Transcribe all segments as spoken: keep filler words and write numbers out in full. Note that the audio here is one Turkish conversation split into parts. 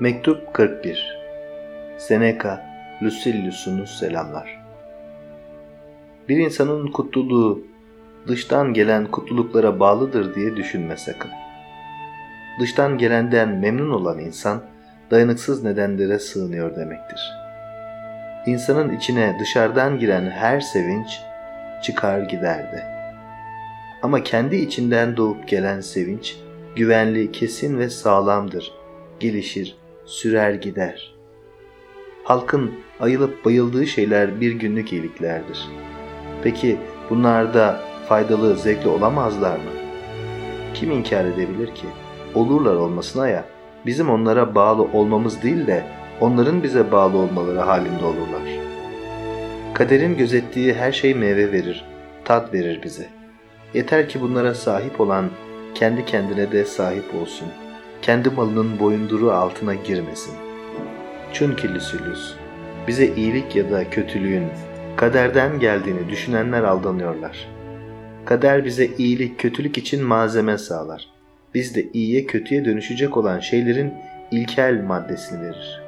Mektup kırk bir. Seneca Lucilius'unu selamlar. Bir insanın kutluluğu dıştan gelen kutluluklara bağlıdır diye düşünme sakın. Dıştan gelenden memnun olan insan dayanıksız nedenlere sığınıyor demektir. İnsanın içine dışarıdan giren her sevinç çıkar gider de. Ama kendi içinden doğup gelen sevinç güvenli, kesin ve sağlamdır. Gelişir, sürer gider. Halkın ayılıp bayıldığı şeyler bir günlük iyiliklerdir. Peki bunlar da faydalı, zevkli olamazlar mı? Kim inkar edebilir ki? Olurlar olmasına ya, bizim onlara bağlı olmamız değil de onların bize bağlı olmaları halinde olurlar. Kaderin gözettiği her şey meyve verir, tat verir bize. Yeter ki bunlara sahip olan kendi kendine de sahip olsun. Kendi malının boyunduruğu altına girmesin. Çünkü Lucilius, bize iyilik ya da kötülüğün kaderden geldiğini düşünenler aldanıyorlar. Kader bize iyilik, kötülük için malzeme sağlar. Biz de iyiye kötüye dönüşecek olan şeylerin ilkel maddesini verir.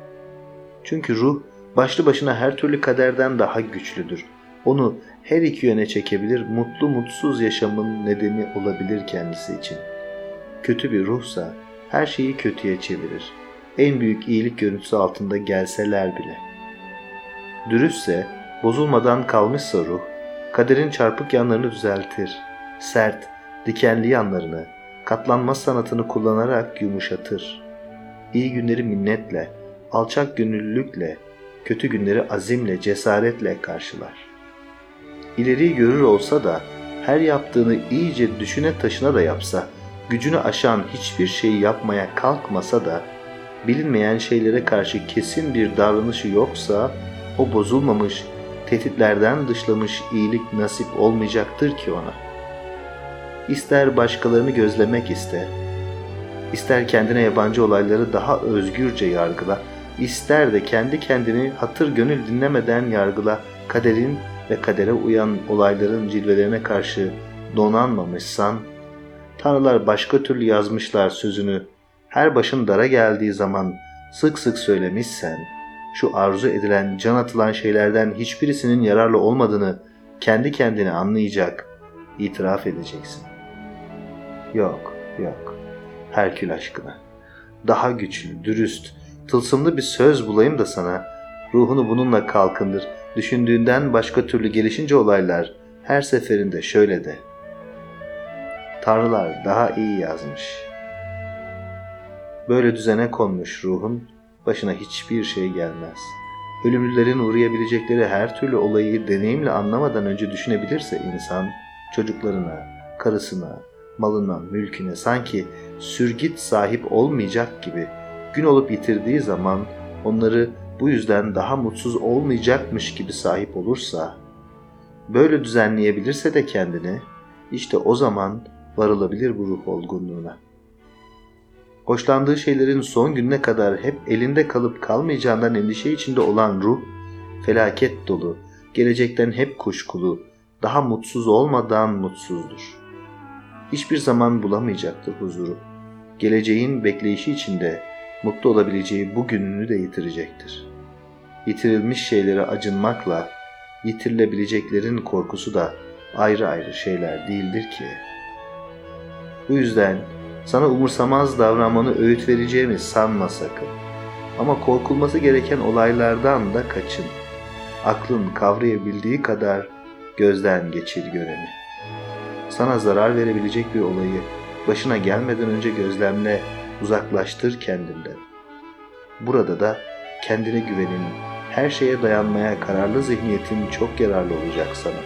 Çünkü ruh başlı başına her türlü kaderden daha güçlüdür. Onu her iki yöne çekebilir, mutlu mutsuz yaşamın nedeni olabilir kendisi için. Kötü bir ruhsa her şeyi kötüye çevirir. En büyük iyilik görüntüsü altında gelseler bile. Dürüstse, bozulmadan kalmışsa ruh, kaderin çarpık yanlarını düzeltir. Sert, dikenli yanlarını, katlanma sanatını kullanarak yumuşatır. İyi günleri minnetle, alçak gönüllülükle, kötü günleri azimle, cesaretle karşılar. İleriyi görür olsa da, her yaptığını iyice düşüne taşına da yapsa, gücünü aşan hiçbir şeyi yapmaya kalkmasa da, bilinmeyen şeylere karşı kesin bir davranışı yoksa, o bozulmamış, tehditlerden dışlamış iyilik nasip olmayacaktır ki ona. İster başkalarını gözlemek iste, ister kendine yabancı olayları daha özgürce yargıla, ister de kendi kendini hatır gönül dinlemeden yargıla, kaderin ve kadere uyan olayların cilvelerine karşı donanmamışsan, tanrılar başka türlü yazmışlar sözünü, her başın dara geldiği zaman sık sık söylemişsen, şu arzu edilen, can atılan şeylerden hiçbirisinin yararlı olmadığını kendi kendine anlayacak, itiraf edeceksin. Yok, yok, Herkül aşkına. Daha güçlü, dürüst, tılsımlı bir söz bulayım da sana, ruhunu bununla kalkındır, düşündüğünden başka türlü gelişince olaylar, her seferinde şöyle de. Tanrılar daha iyi yazmış. Böyle düzene konmuş ruhun başına hiçbir şey gelmez. Ölümlülerin uğrayabilecekleri her türlü olayı deneyimle anlamadan önce düşünebilirse insan, çocuklarına, karısına, malına, mülküne sanki sürgit sahip olmayacak gibi gün olup yitirdiği zaman onları bu yüzden daha mutsuz olmayacakmış gibi sahip olursa, böyle düzenleyebilirse de kendini, işte o zaman varılabilir bu ruh olgunluğuna. Hoşlandığı şeylerin son gününe kadar hep elinde kalıp kalmayacağından endişe içinde olan ruh, felaket dolu, gelecekten hep kuşkulu, daha mutsuz olmadan mutsuzdur. Hiçbir zaman bulamayacaktır huzuru. Geleceğin bekleyişi içinde mutlu olabileceği bu gününü de yitirecektir. Yitirilmiş şeylere acınmakla, yitirilebileceklerin korkusu da ayrı ayrı şeyler değildir ki. Bu yüzden sana umursamaz davranmanı öğüt vereceğimi sanma sakın. Ama korkulması gereken olaylardan da kaçın. Aklın kavrayabildiği kadar gözden geçir göreni. Sana zarar verebilecek bir olayı başına gelmeden önce gözlemle, uzaklaştır kendinden. Burada da kendine güvenin, her şeye dayanmaya kararlı zihniyetin çok yararlı olacak sana.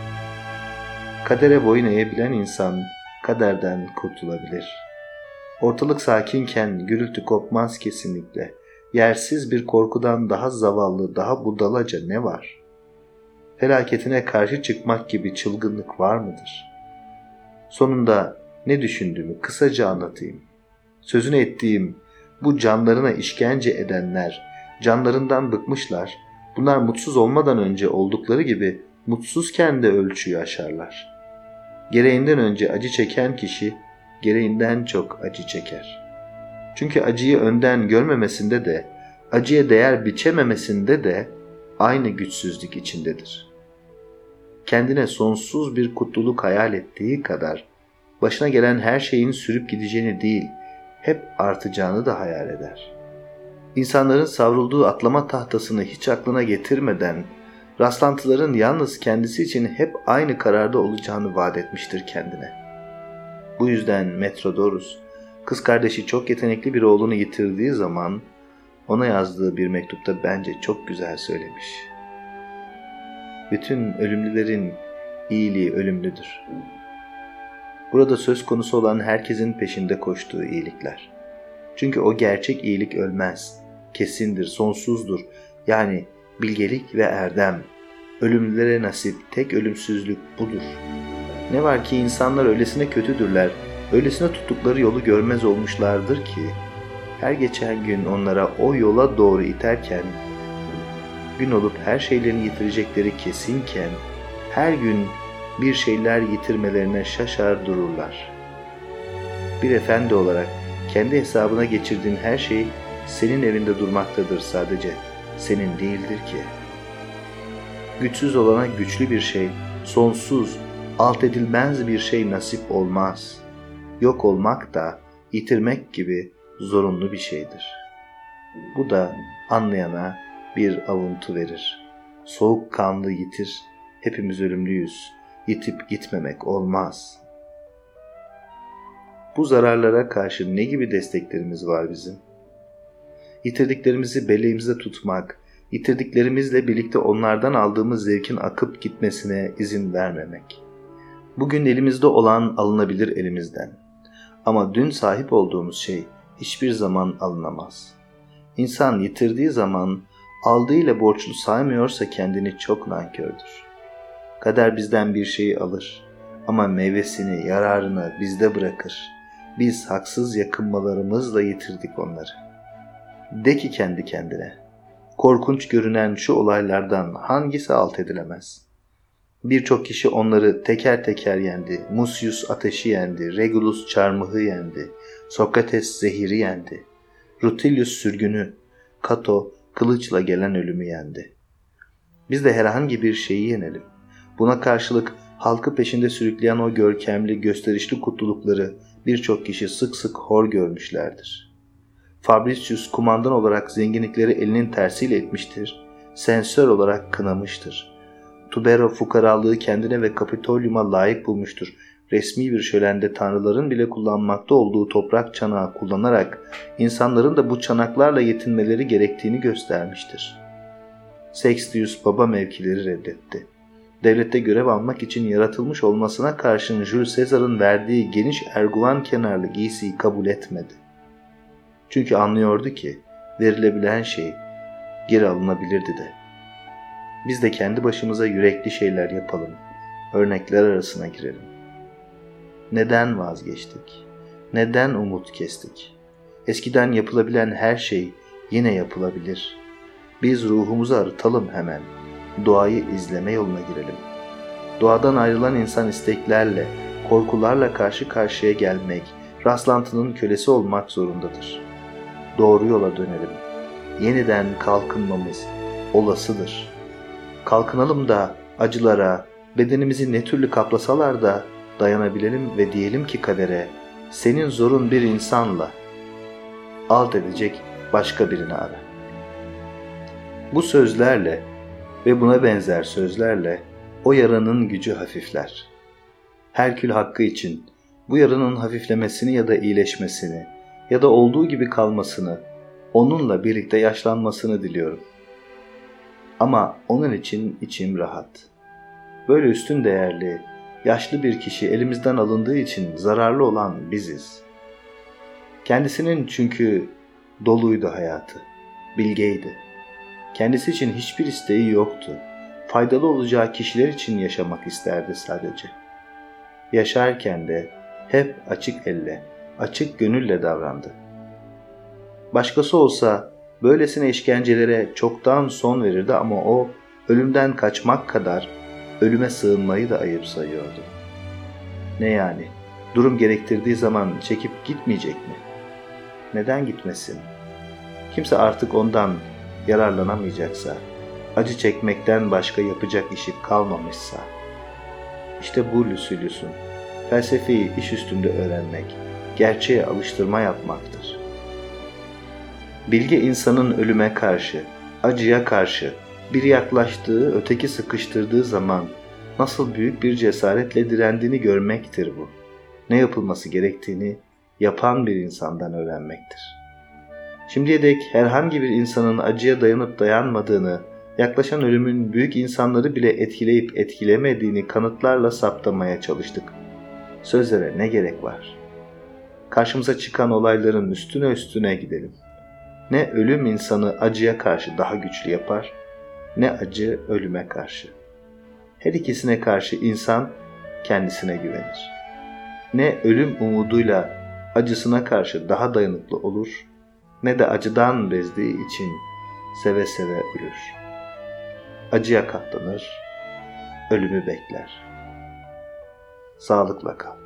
Kadere boyun eğebilen insan kaderden kurtulabilir. Ortalık sakinken gürültü kopmaz kesinlikle. Yersiz bir korkudan daha zavallı, daha budalaca ne var? Felaketine karşı çıkmak gibi çılgınlık var mıdır? Sonunda ne düşündüğümü kısaca anlatayım. Sözünü ettiğim bu canlarına işkence edenler, canlarından bıkmışlar. Bunlar mutsuz olmadan önce oldukları gibi mutsuzken de ölçüyü aşarlar. Gereğinden önce acı çeken kişi, gereğinden çok acı çeker. Çünkü acıyı önden görmemesinde de, acıya değer biçememesinde de aynı güçsüzlük içindedir. Kendine sonsuz bir kutluluk hayal ettiği kadar, başına gelen her şeyin sürüp gideceğini değil, hep artacağını da hayal eder. İnsanların savrulduğu atlama tahtasını hiç aklına getirmeden, rastlantıların yalnız kendisi için hep aynı kararda olacağını vaat etmiştir kendine. Bu yüzden Metrodorus, kız kardeşi çok yetenekli bir oğlunu yitirdiği zaman, ona yazdığı bir mektupta bence çok güzel söylemiş. Bütün ölümlülerin iyiliği ölümlüdür. Burada söz konusu olan herkesin peşinde koştuğu iyilikler. Çünkü o gerçek iyilik ölmez, kesindir, sonsuzdur. Yani bilgelik ve erdem, ölümlülere nasip tek ölümsüzlük budur. Ne var ki insanlar öylesine kötüdürler, öylesine tuttukları yolu görmez olmuşlardır ki, her geçen gün onlara o yola doğru iterken, gün olup her şeylerini yitirecekleri kesinken, her gün bir şeyler yitirmelerine şaşar dururlar. Bir efendi olarak kendi hesabına geçirdiğin her şey senin evinde durmaktadır sadece, senin değildir ki. Güçsüz olana güçlü bir şey, sonsuz, alt edilmez bir şey nasip olmaz. Yok olmak da yitirmek gibi zorunlu bir şeydir. Bu da anlayana bir avuntu verir. Soğukkanlı yitir, hepimiz ölümlüyüz, yitip gitmemek olmaz. Bu zararlara karşı ne gibi desteklerimiz var bizim? Yitirdiklerimizi belleğimizde tutmak, yitirdiklerimizle birlikte onlardan aldığımız zevkin akıp gitmesine izin vermemek. Bugün elimizde olan alınabilir elimizden. Ama dün sahip olduğumuz şey hiçbir zaman alınamaz. İnsan yitirdiği zaman aldığıyla borçlu saymıyorsa kendini çok nankördür. Kader bizden bir şeyi alır ama meyvesini, yararını bizde bırakır. Biz haksız yakınmalarımızla yitirdik onları. De ki kendi kendine, korkunç görünen şu olaylardan hangisi alt edilemez? Birçok kişi onları teker teker yendi. Mucius ateşi yendi, Regulus çarmıhı yendi, Sokrates zehiri yendi, Rutilius sürgünü, Cato kılıçla gelen ölümü yendi. Biz de herhangi bir şeyi yenelim. Buna karşılık halkı peşinde sürükleyen o görkemli, gösterişli kutlulukları birçok kişi sık sık hor görmüşlerdir. Fabricius kumandan olarak zenginlikleri elinin tersiyle etmiştir, sensör olarak kınamıştır. Tubero fukaralığı kendine ve Kapitolyum'a layık bulmuştur. Resmi bir şölende tanrıların bile kullanmakta olduğu toprak çanağı kullanarak insanların da bu çanaklarla yetinmeleri gerektiğini göstermiştir. Sextius baba mevkileri reddetti. Devlette görev almak için yaratılmış olmasına karşın Jules Caesar'ın verdiği geniş erguvan kenarlı giysiyi kabul etmedi. Çünkü anlıyordu ki verilebilen şey geri alınabilirdi de. Biz de kendi başımıza yürekli şeyler yapalım, örnekler arasına girelim. Neden vazgeçtik? Neden umut kestik? Eskiden yapılabilen her şey yine yapılabilir. Biz ruhumuzu arıtalım hemen. Doğayı izleme yoluna girelim. Doğadan ayrılan insan isteklerle, korkularla karşı karşıya gelmek, rastlantının kölesi olmak zorundadır. Doğru yola dönelim. Yeniden kalkınmamız olasıdır. Kalkınalım da acılara, bedenimizi ne türlü kaplasalar da dayanabilelim ve diyelim ki kadere, senin zorun bir insanla, alt edecek başka birini ara. Bu sözlerle ve buna benzer sözlerle o yaranın gücü hafifler. Herkül hakkı için bu yaranın hafiflemesini ya da iyileşmesini ya da olduğu gibi kalmasını, onunla birlikte yaşlanmasını diliyorum. Ama onun için içim rahat. Böyle üstün değerli, yaşlı bir kişi elimizden alındığı için zararlı olan biziz. Kendisinin çünkü doluydu hayatı, bilgeydi. Kendisi için hiçbir isteği yoktu. Faydalı olacağı kişiler için yaşamak isterdi sadece. Yaşarken de hep açık elle, açık gönülle davrandı. Başkası olsa böylesine işkencelere çoktan son verirdi ama o ölümden kaçmak kadar ölüme sığınmayı da ayıp sayıyordu. Ne yani? Durum gerektirdiği zaman çekip gitmeyecek mi? neden gitmesin? Kimse artık ondan yararlanamayacaksa, acı çekmekten başka yapacak işi kalmamışsa, işte bu Lucilius'un felsefeyi iş üstünde öğrenmek, gerçeğe alıştırma yapmaktır. Bilge insanın ölüme karşı, acıya karşı biri yaklaştığı, öteki sıkıştırdığı zaman nasıl büyük bir cesaretle direndiğini görmektir bu. Ne yapılması gerektiğini yapan bir insandan öğrenmektir. Şimdiye dek herhangi bir insanın acıya dayanıp dayanmadığını, yaklaşan ölümün büyük insanları bile etkileyip etkilemediğini kanıtlarla saptamaya çalıştık. Sözlere ne gerek var? Karşımıza çıkan olayların üstüne üstüne gidelim. Ne ölüm insanı acıya karşı daha güçlü yapar, ne acı ölüme karşı. Her ikisine karşı insan kendisine güvenir. Ne ölüm umuduyla acısına karşı daha dayanıklı olur, ne de acıdan bezdiği için seve seve ölür. Acıya katlanır, ölümü bekler. Sağlıkla kal.